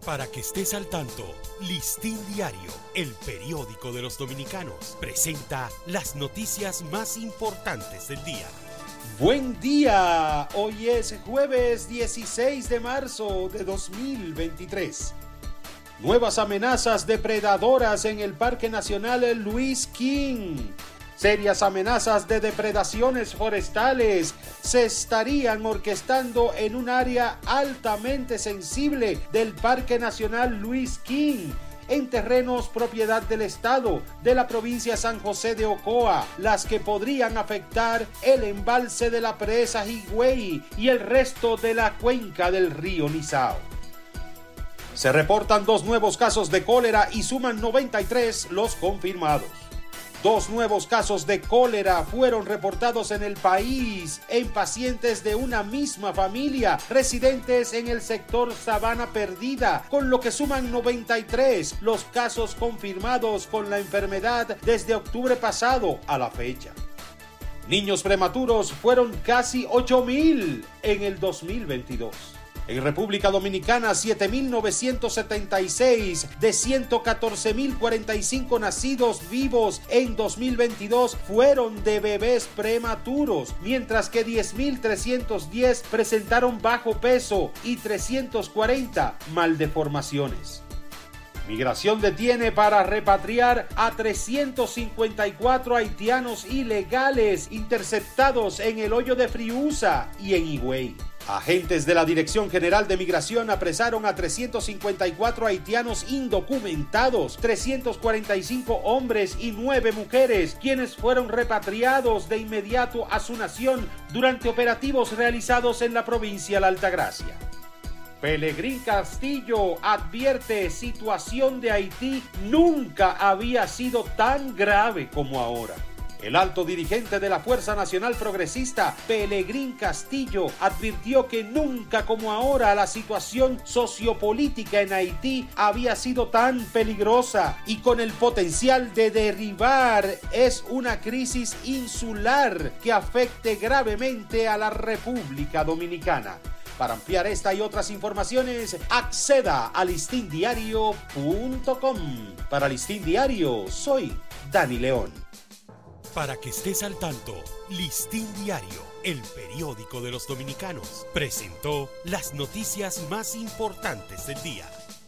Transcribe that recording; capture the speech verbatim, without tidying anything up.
Para que estés al tanto, Listín Diario, el periódico de los dominicanos, presenta las noticias más importantes del día. Buen día, hoy es jueves dieciséis de marzo de dos mil veintitrés. Nuevas amenazas depredadoras en el Parque Nacional Luis King. Serias amenazas de depredaciones forestales se estarían orquestando en un área altamente sensible del Parque Nacional Luis King, en terrenos propiedad del Estado de la provincia San José de Ocoa, las que podrían afectar el embalse de la presa Higüey y el resto de la cuenca del río Nizao. Se reportan dos nuevos casos de cólera y suman noventa y tres los confirmados. Dos nuevos casos de cólera fueron reportados en el país en pacientes de una misma familia residentes en el sector Sabana Perdida, con lo que suman noventa y tres los casos confirmados con la enfermedad desde octubre pasado a la fecha. Niños prematuros fueron casi ocho mil en el dos mil veintidós. En República Dominicana, siete mil novecientos setenta y seis de ciento catorce mil cuarenta y cinco nacidos vivos en dos mil veintidós fueron de bebés prematuros, mientras que diez mil trescientos diez presentaron bajo peso y trescientos cuarenta maldeformaciones. Migración detiene para repatriar a trescientos cincuenta y cuatro haitianos ilegales interceptados en el hoyo de Friusa y en Higüey. Agentes de la Dirección General de Migración apresaron a trescientos cincuenta y cuatro haitianos indocumentados, trescientos cuarenta y cinco hombres y nueve mujeres, quienes fueron repatriados de inmediato a su nación durante operativos realizados en la provincia de La Altagracia. Pelegrín Castillo advierte: situación de Haití nunca había sido tan grave como ahora. El alto dirigente de la Fuerza Nacional Progresista, Pelegrín Castillo, advirtió que nunca como ahora la situación sociopolítica en Haití había sido tan peligrosa y con el potencial de derribar es una crisis insular que afecte gravemente a la República Dominicana. Para ampliar esta y otras informaciones, acceda a listín diario punto com. Para Listín Diario, soy Dani León. Para que estés al tanto, Listín Diario, el periódico de los dominicanos, presentó las noticias más importantes del día.